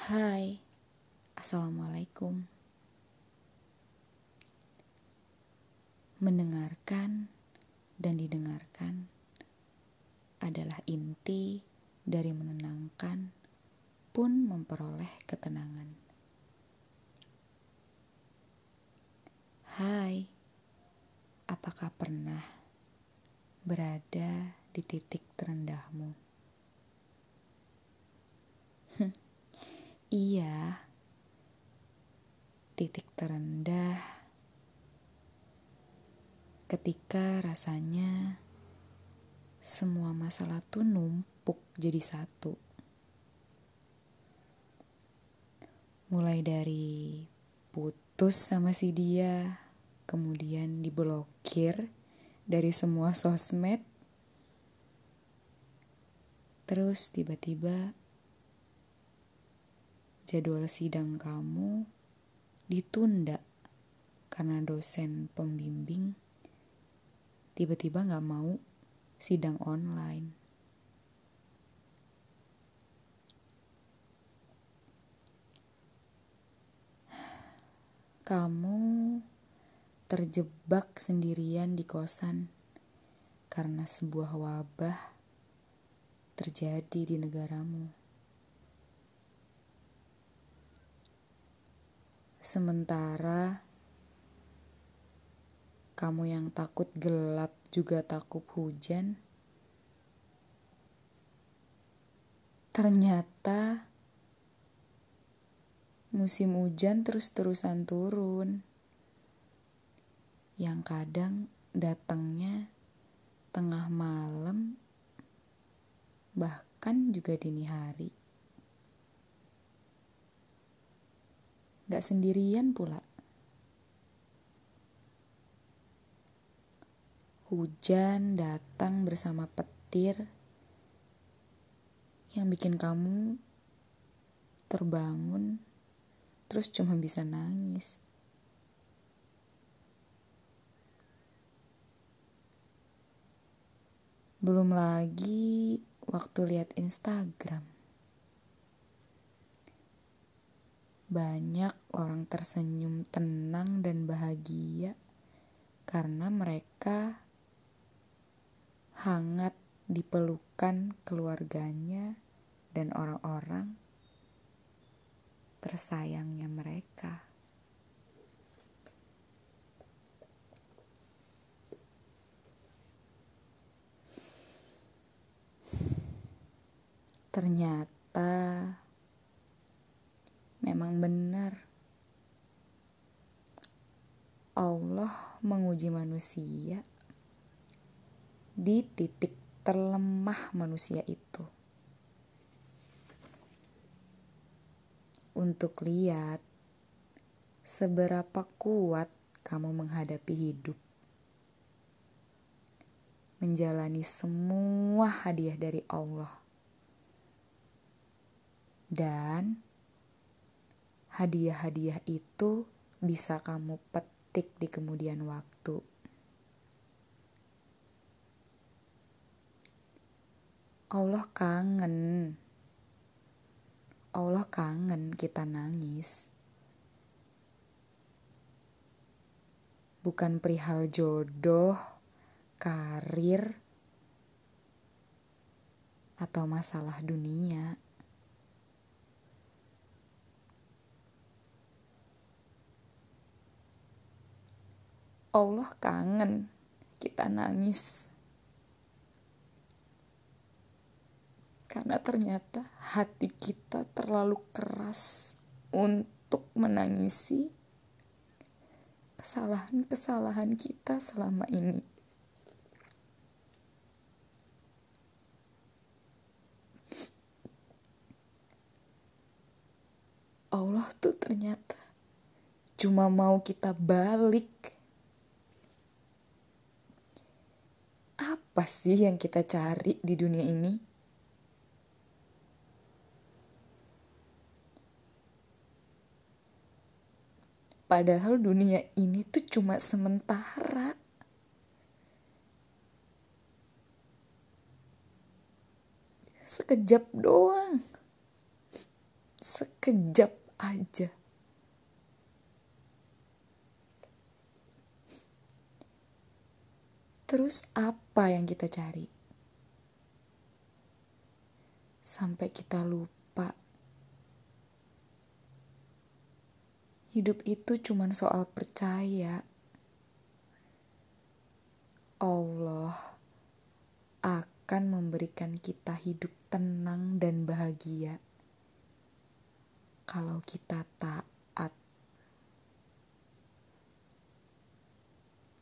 Hai, Assalamualaikum. Mendengarkan dan didengarkan adalah inti dari menenangkan pun memperoleh ketenangan. Hai, apakah pernah berada di titik terendahmu? Iya, titik terendah ketika rasanya semua masalah tuh numpuk jadi satu. Mulai dari putus sama si dia, kemudian diblokir dari semua sosmed, terus tiba-tiba jadwal sidang kamu ditunda karena dosen pembimbing tiba-tiba gak mau sidang online. Kamu terjebak sendirian di kosan karena sebuah wabah terjadi di negaramu. Sementara kamu yang takut gelap juga takut hujan, ternyata musim hujan terus-terusan turun. Yang kadang datangnya tengah malam, bahkan juga dini hari. Gak sendirian pula. Hujan datang bersama petir yang bikin kamu terbangun terus cuma bisa nangis. Belum lagi waktu lihat Instagram. Banyak orang tersenyum tenang dan bahagia karena mereka hangat dipelukan keluarganya dan orang-orang tersayangnya mereka. Ternyata memang benar Allah menguji manusia di titik terlemah manusia itu. Untuk lihat seberapa kuat kamu menghadapi hidup. Menjalani semua hadiah dari Allah. Dan hadiah-hadiah itu bisa kamu petik di kemudian waktu. Allah kangen kita nangis. Bukan perihal jodoh, karir, atau masalah dunia. Allah kangen kita nangis. Karena ternyata hati kita terlalu keras untuk menangisi kesalahan-kesalahan kita selama ini. Allah tuh ternyata cuma mau kita balik. Apa sih yang kita cari di dunia ini? Padahal dunia ini tuh cuma sementara. Sekejap doang. sekejap aja. Terus apa yang kita cari? Sampai kita lupa. Hidup itu cuma soal percaya. Allah akan memberikan kita hidup tenang dan bahagia kalau kita taat.